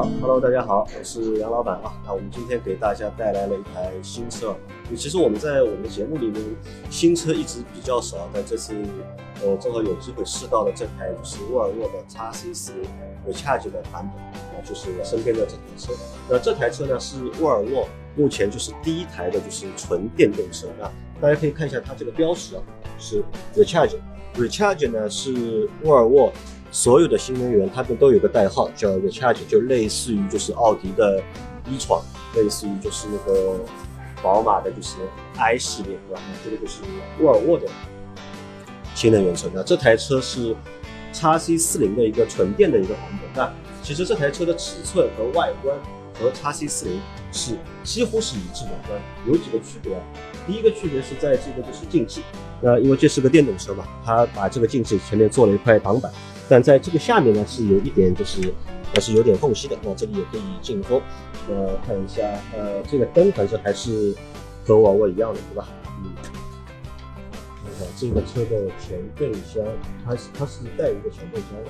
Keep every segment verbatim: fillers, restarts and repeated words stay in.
好 ，Hello， 大家好，我是杨老板啊。那我们今天给大家带来了一台新车。其实我们在我们的节目里面，新车一直比较少，但这次呃正好有机会试到了这台就是沃尔沃的 X C 四十 Recharge 的版本，啊，就是我身边的这台车。那这台车呢是沃尔沃目前就是第一台的就是纯电动车。那大家可以看一下它这个标识啊，是 Recharge。Recharge 呢是沃尔沃所有的新能源，它们都有个代号叫 Recharge， 就类似于就是奥迪的 e-tron， 类似于就是那个宝马的就是 i 系列，对吧？这个就是沃尔沃的新能源车。那这台车是 X C 四十 的一个纯电的一个版本。那其实这台车的尺寸和外观和 X C 四十 是几乎是一致的，那有几个区别啊？第一个区别是在这个就是进气，那因为这是个电动车嘛，它把这个进气前面做了一块挡板。但在这个下面呢是有一点就是还是有点缝隙的，那这里也可以进风。呃，看一下，呃，这个灯反正还是和沃尔沃一样的，对吧？嗯，看看这个车的前备箱，它是它是带一个前备箱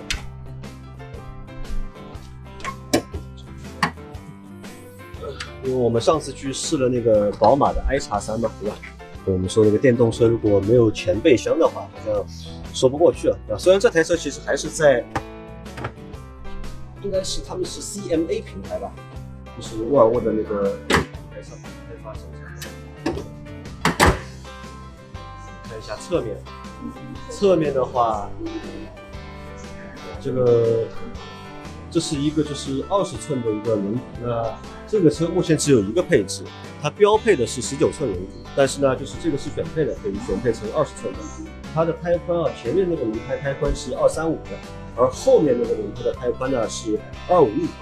的。因为我们上次去试了那个宝马的 i X 三嘛，对吧？我们说那个电动车如果没有前备箱的话，好像说不过去了。啊，虽然这台车其实还是在，应该是他们是 C M A 平台吧，就是沃尔沃的那个平台上开发生产。看一下侧面，侧面的话，这个这是一个就是二十寸的一个轮毂。那这个车目前只有一个配置，它标配的是十九寸轮毂，但是呢，就是这个是选配的，可以选配成二十寸的。它的胎宽啊，前面那个轮胎胎宽是二三五的，而后面那个轮胎的胎宽呢是二五五。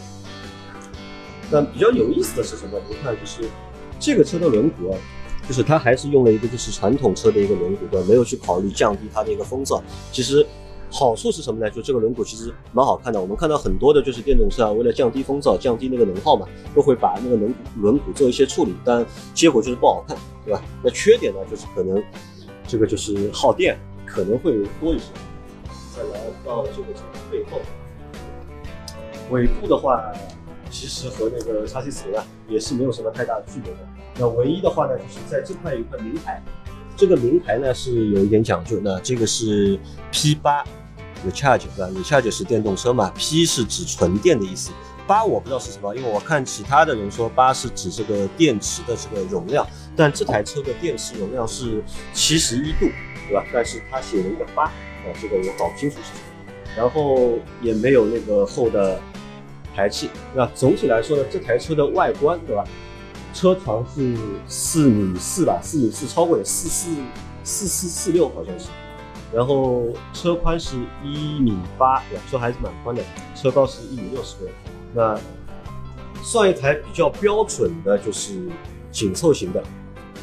那比较有意思的是什么？你看，就是这个车的轮毂啊，就是它还是用了一个就是传统车的一个轮毂的，没有去考虑降低它的一个风噪。其实好处是什么呢？就这个轮毂其实蛮好看的。我们看到很多的就是电动车啊，为了降低风噪、降低那个能耗嘛，都会把那个轮轮毂做一些处理，但结果就是不好看，对吧？那缺点呢，就是可能这个就是耗电可能会多一些。再来到这个整个背后，尾部的话，其实和那个 X C 四十 啊也是没有什么太大的区别的。那唯一的话呢，就是在这块有一块名牌，这个名牌呢是有一点讲究。那这个是 P 八 Recharge， 对吧 ？Recharge 是电动车嘛 ，P 是指纯电的意思。八我不知道是什么，因为我看其他的人说八是指这个电池的这个容量，但这台车的电池容量是七十一度，对吧？但是它写了一个八，啊，这个我搞不清楚是什么。然后也没有那个厚的排气。那总体来说呢，这台车的外观，对吧？车长是四米四吧，四米四，超过也四四四四四六好像是。然后车宽是一米八，对吧？车还是蛮宽的。车高是一米六十多。那算一台比较标准的，就是紧凑型的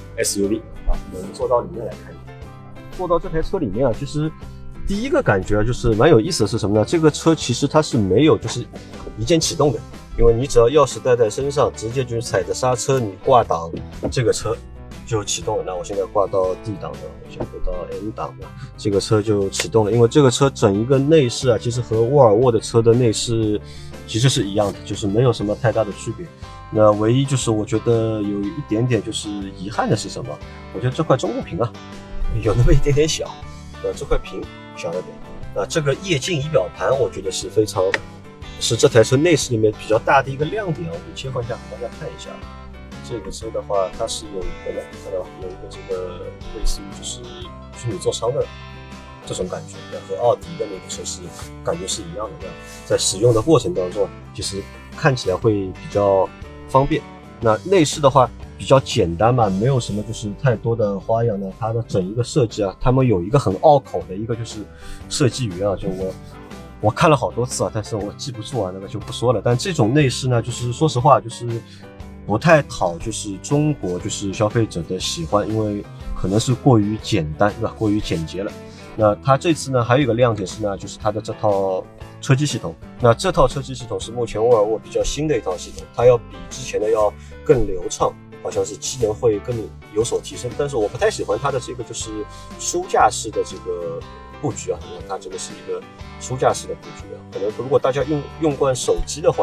S U V 啊。我们坐到里面来看一下。坐到这台车里面啊，其实第一个感觉就是蛮有意思的是什么呢？这个车其实它是没有就是一键启动的，因为你只要钥匙带在身上，直接就踩着刹车，你挂档，这个车就启动了。那我现在挂到 D 档了，我先回到 N 档了，这个车就启动了。因为这个车整一个内饰啊，其实和沃尔沃的车的内饰其实是一样的，就是没有什么太大的区别。那唯一就是我觉得有一点点就是遗憾的是什么？我觉得这块中控屏啊，有那么一点点小，呃，这块屏小了点。那这个液晶仪表盘，我觉得是非常是这台车内饰里面比较大的一个亮点。我们切换一下给大家看一下。这个车的话，它是有一个的，看到有一个这个类似于就是虚拟座舱的这种感觉，和奥迪的那个车是感觉是一样的。在使用的过程当中，其实看起来会比较方便。那内饰的话比较简单嘛，没有什么就是太多的花样呢。它的整一个设计啊，他们有一个很拗口的一个就是设计语啊，就我我看了好多次啊，但是我记不住啊，那个就不说了。但这种内饰呢，就是说实话，就是不太讨就是中国就是消费者的喜欢，因为可能是过于简单，对吧？过于简洁了。那它这次呢，还有一个亮点是呢，就是它的这套车机系统。那这套车机系统是目前沃尔沃比较新的一套系统，它要比之前的要更流畅，好像是机能会更有所提升。但是我不太喜欢它的这个就是书架式的这个布局啊，因为它这个是一个书架式的布局啊。可能如果大家用用惯手机的话，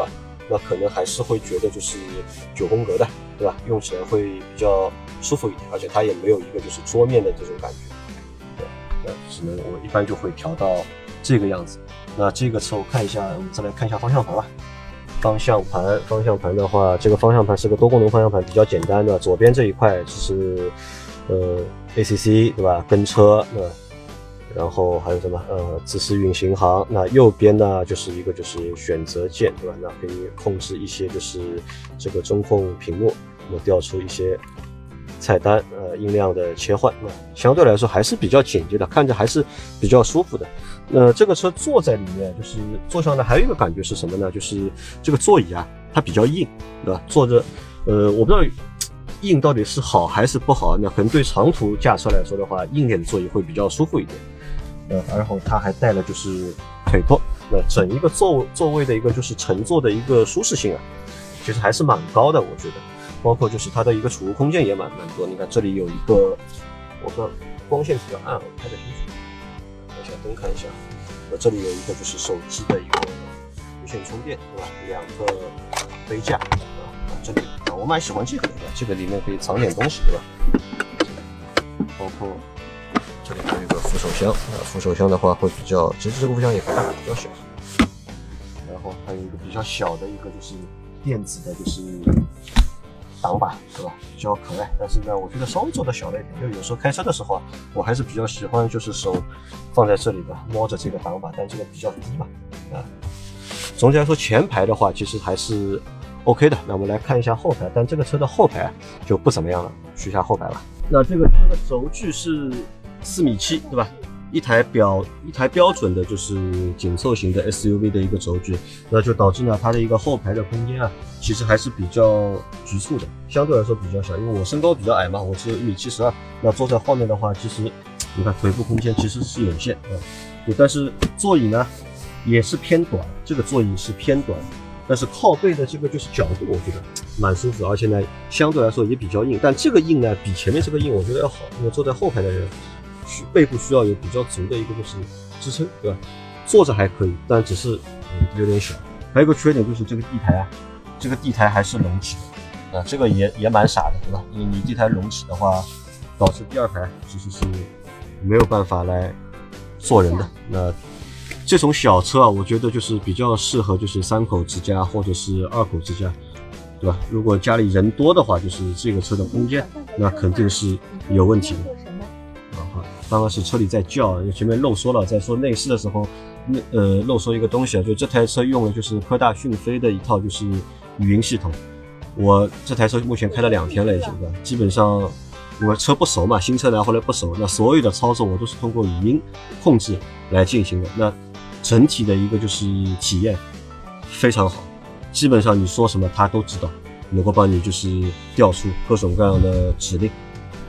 那可能还是会觉得就是九宫格的，对吧？用起来会比较舒服一点，而且它也没有一个就是桌面的这种感觉。对，那只能我一般就会调到这个样子。那这个车我看一下，我们再来看一下方向盘吧。方向盘，方向盘的话，这个方向盘是个多功能方向盘，比较简单的。左边这一块就是呃 A C C 对吧？跟车，那然后还有什么呃自适运行航。那右边呢就是一个就是选择键对吧？那可以控制一些就是这个中控屏幕，那么调出一些菜单，呃音量的切换。那相对来说还是比较简洁的，看着还是比较舒服的。那这个车坐在里面，就是坐上来还有一个感觉是什么呢？就是这个座椅啊，它比较硬，对吧？坐着，呃，我不知道硬到底是好还是不好。那可能对长途驾车来说的话，硬点的座椅会比较舒服一点。呃，然后它还带了就是腿托，那整一个座座位的一个就是乘坐的一个舒适性啊，其实还是蛮高的，我觉得。包括就是它的一个储物空间也蛮蛮多。你看这里有一个，我看光线比较暗，我看得清楚。一下灯看一下，那这里有一个就是手机的一个无线充电，对吧？两个杯架啊，这里啊，我蛮喜欢这个的，这个里面可以藏点东西，对吧？包括这里还有一个扶手箱啊，扶手箱的话会比较，其实这个扶手箱也不大，比较小。然后还有一个比较小的一个就是电子的，就是挡把，对吧？比较可爱，但是呢，我觉得稍微做的小了一点，因为有时候开车的时候啊，我还是比较喜欢就是手放在这里的，摸着这个挡把，但这个比较低嘛，啊。总体来说，前排的话其实还是 OK 的。那我们来看一下后排，但这个车的后排就不怎么样了，去一下后排吧。那这个车的轴距是四米七，对吧？一台标一台标准的就是紧凑型的 S U V 的一个轴距，那就导致呢它的一个后排的空间啊，其实还是比较局促的，相对来说比较小。因为我身高比较矮嘛，我只有一米七十二，那坐在后面的话，其实你看腿部空间其实是有限啊。对，但是座椅呢也是偏短，这个座椅是偏短，但是靠背的这个就是角度，我觉得蛮舒服，而且呢相对来说也比较硬。但这个硬呢比前面这个硬，我觉得要好，因为坐在后排的人。背部需要有比较足的一个就是支撑，对吧？坐着还可以，但只是嗯有点小。还有一个缺点就是这个地台啊，这个地台还是隆起的，啊，这个也也蛮傻的，对吧？因为你地台隆起的话，导致第二排其实是没有办法来坐人的。那这种小车啊，我觉得就是比较适合就是三口之家或者是二口之家，对吧？如果家里人多的话，就是这个车的空间那肯定是有问题的。刚刚是车里在叫，前面漏说了，在说内饰的时候，那呃漏说一个东西啊，就这台车用的就是科大讯飞的一套就是语音系统。我这台车目前开了两天了已经，对吧？基本上我车不熟嘛，新车来后来不熟，那所有的操作我都是通过语音控制来进行的。那整体的一个就是体验非常好，基本上你说什么它都知道，能够帮你就是调出各种各样的指令。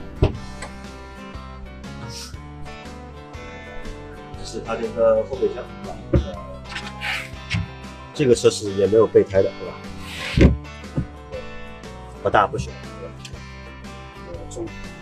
是它这个后备箱，对吧？这个车是也没有备胎的，对吧？不大不小，对吧？呃，中。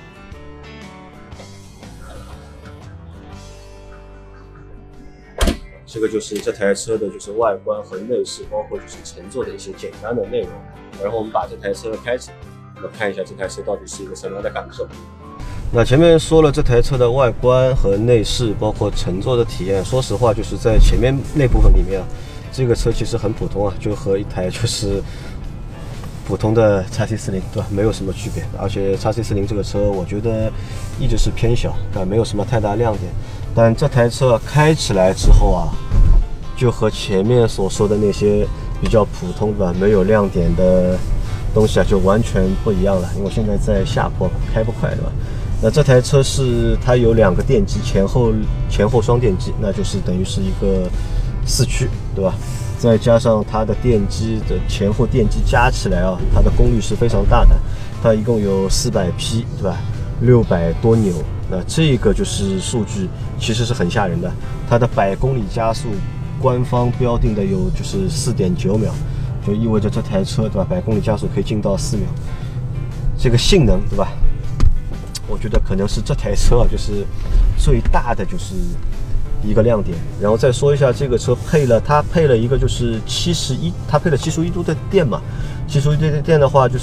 这个就是这台车的就是外观和内饰，包括就是乘坐的一些简单的内容。然后我们把这台车开起来，我们看一下这台车到底是一个什么样的感受。那前面说了这台车的外观和内饰，包括乘坐的体验。说实话，就是在前面那部分里面啊，这个车其实很普通啊，就和一台就是普通的 X C 四十，对吧？没有什么区别。而且 X C 四十这个车，我觉得一直是偏小，但没有什么太大亮点。但这台车开起来之后啊，就和前面所说的那些比较普通的没有亮点的东西啊，就完全不一样了。因为我现在在下坡，开不快，对吧？那这台车是它有两个电机，前后前后双电机，那就是等于是一个四驱，对吧？再加上它的电机的前后电机加起来啊，它的功率是非常大的，它一共有四百匹，对吧？六百多牛，那这个就是数据其实是很吓人的。它的百公里加速，官方标定的有就是 四点九秒，就意味着这台车，对吧？百公里加速可以进到四秒，这个性能，对吧？我觉得可能是这台车啊，就是最大的就是一个亮点。然后再说一下这个车配了，它配了一个就是七十一，它配了七十一度的电嘛，七十一度的电的话就是，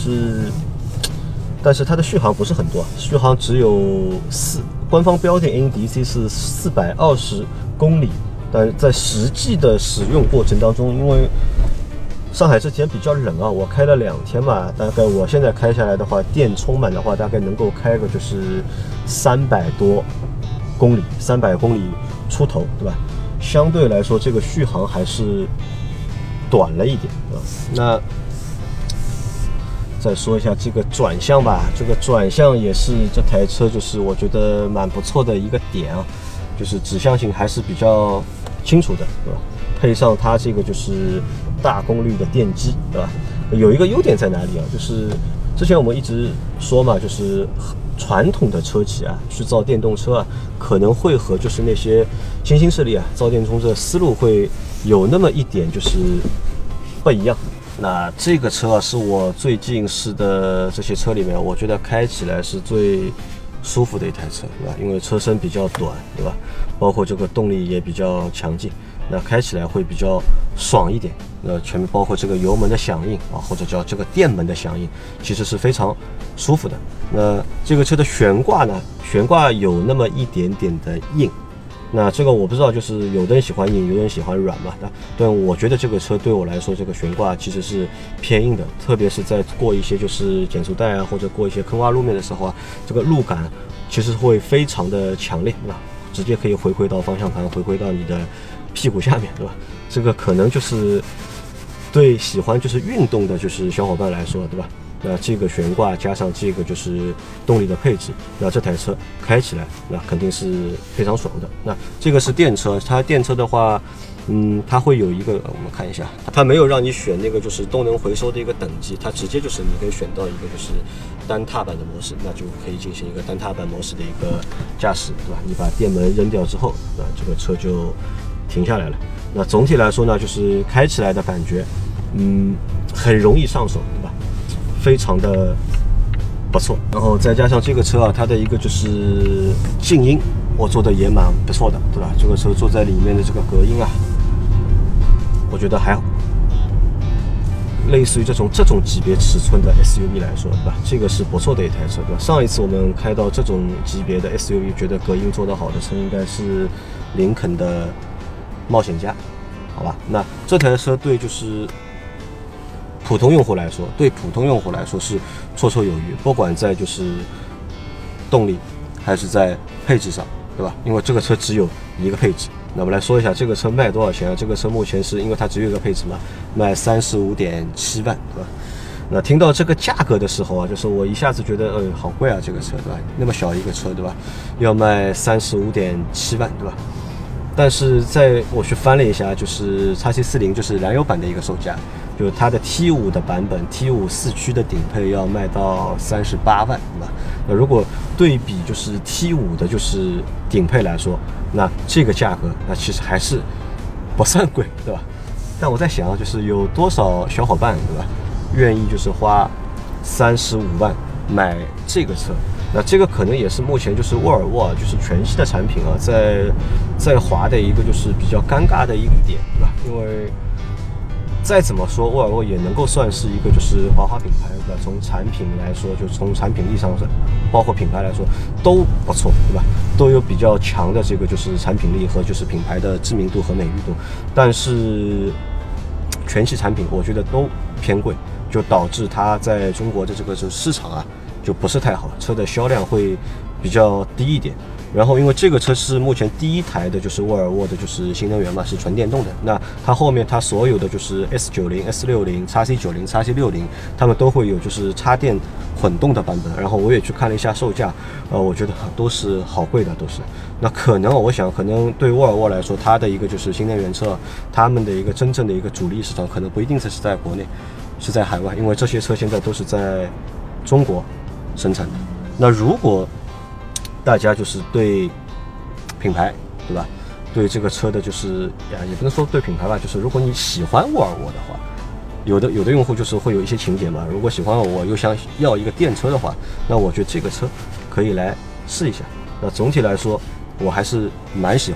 但是它的续航不是很多，续航只有四，官方标定 N E D C 是四百二十公里，但在实际的使用过程当中，因为上海这天比较冷啊，我开了两天嘛，大概我现在开下来的话，电充满的话，大概能够开个就是三百多公里，三百公里出头，对吧？相对来说，这个续航还是短了一点啊。那再说一下这个转向吧，这个转向也是这台车就是我觉得蛮不错的一个点啊，就是指向性还是比较清楚的，对吧？配上它这个就是大功率的电机，对吧？有一个优点在哪里啊？就是之前我们一直说嘛，就是传统的车企啊，去造电动车啊，可能会和就是那些新兴势力啊造电动车的思路会有那么一点就是不一样。那这个车啊，是我最近试的这些车里面，我觉得开起来是最舒服的一台车，对吧？因为车身比较短，对吧？包括这个动力也比较强劲，那开起来会比较爽一点。那全面包括这个油门的响应啊，或者叫这个电门的响应，其实是非常舒服的。那这个车的悬挂呢，悬挂有那么一点点的硬。那这个我不知道，就是有的人喜欢硬，有的人喜欢软嘛。但我觉得这个车对我来说，这个悬挂其实是偏硬的，特别是在过一些就是减速带啊，或者过一些坑洼路面的时候啊，这个路感其实会非常的强烈，对吧？直接可以回馈到方向盘，回馈到你的屁股下面，对吧？这个可能就是对喜欢就是运动的就是小伙伴来说，对吧？那这个悬挂加上这个就是动力的配置，那这台车开起来那肯定是非常爽的。那这个是电车，它电车的话，嗯，它会有一个，我们看一下，它没有让你选那个就是动能回收的一个等级，它直接就是你可以选到一个就是单踏板的模式，那就可以进行一个单踏板模式的一个驾驶，对吧？你把电门扔掉之后，那这个车就停下来了。那总体来说呢，就是开起来的感觉，嗯，很容易上手，对吧？非常的不错，然后再加上这个车啊，它的一个就是静音，我做的也蛮不错的，对吧？这个车坐在里面的这个隔音啊，我觉得还好。类似于这种这种级别尺寸的 S U V 来说，对吧？这个是不错的一台车，对吧？上一次我们开到这种级别的 S U V， 觉得隔音做得好的车应该是林肯的冒险家，好吧？那这台车对就是普通用户来说，对普通用户来说是绰绰有余，不管在就是动力还是在配置上，对吧？因为这个车只有一个配置。那我们来说一下这个车卖多少钱啊？这个车目前是因为它只有一个配置嘛，卖三十五点七万，对吧？那听到这个价格的时候啊，就是我一下子觉得，呃，好贵啊，这个车，对吧？那么小一个车，对吧？要卖三十五点七万，对吧？但是在我去翻了一下，就是 X C 四十 就是燃油版的一个售价，就是它的 T 五 的版本 T 五 四驱的顶配要卖到三十八万，对吧？那如果对比就是 T 五 的就是顶配来说，那这个价格那其实还是不算贵，对吧？但我在想，就是有多少小伙伴，对吧，愿意就是花三十五万买这个车？那这个可能也是目前就是沃尔沃就是全系的产品啊，在在华的一个就是比较尴尬的一个点，对吧？因为再怎么说，沃尔沃也能够算是一个就是豪华品牌，对吧？从产品来说，就从产品力上，包括品牌来说都不错，对吧？都有比较强的这个就是产品力和就是品牌的知名度和美誉度。但是全系产品我觉得都偏贵，就导致它在中国的这个市场啊就不是太好，车的销量会比较低一点。然后因为这个车是目前第一台的就是沃尔沃的就是新能源嘛，是纯电动的，那它后面它所有的就是 S 九十、S 六十、X C 九十、X C 六十，它们都会有就是插电混动的版本。然后我也去看了一下售价，呃，我觉得都是好贵的，都是。那可能我想，可能对沃尔沃来说，它的一个就是新能源车，他们的一个真正的一个主力市场，可能不一定是在国内，是在海外，因为这些车现在都是在中国生产的。那如果大家就是对品牌，对吧？对这个车的就是呀，也不能说对品牌吧，就是如果你喜欢沃尔沃的话，有的有的用户就是会有一些情节嘛。如果喜欢我又想要一个电车的话，那我觉得这个车可以来试一下。那总体来说，我还是蛮喜欢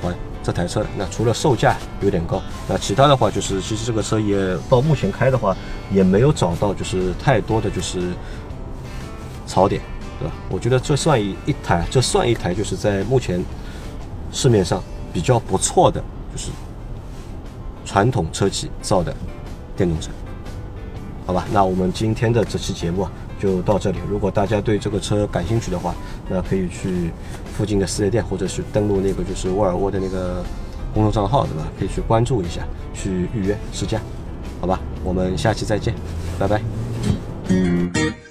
这台车。那除了售价有点高，那其他的话就是其实这个车也到目前开的话也没有找到就是太多的就是槽点，对吧？我觉得这算一一台，这算一台就是在目前市面上比较不错的就是传统车企造的电动车。好吧，那我们今天的这期节目啊就到这里。如果大家对这个车感兴趣的话，那可以去附近的四 S 店，或者是登录那个就是沃尔沃的那个公众账号，对吧？可以去关注一下，去预约试驾。好吧，我们下期再见，拜拜。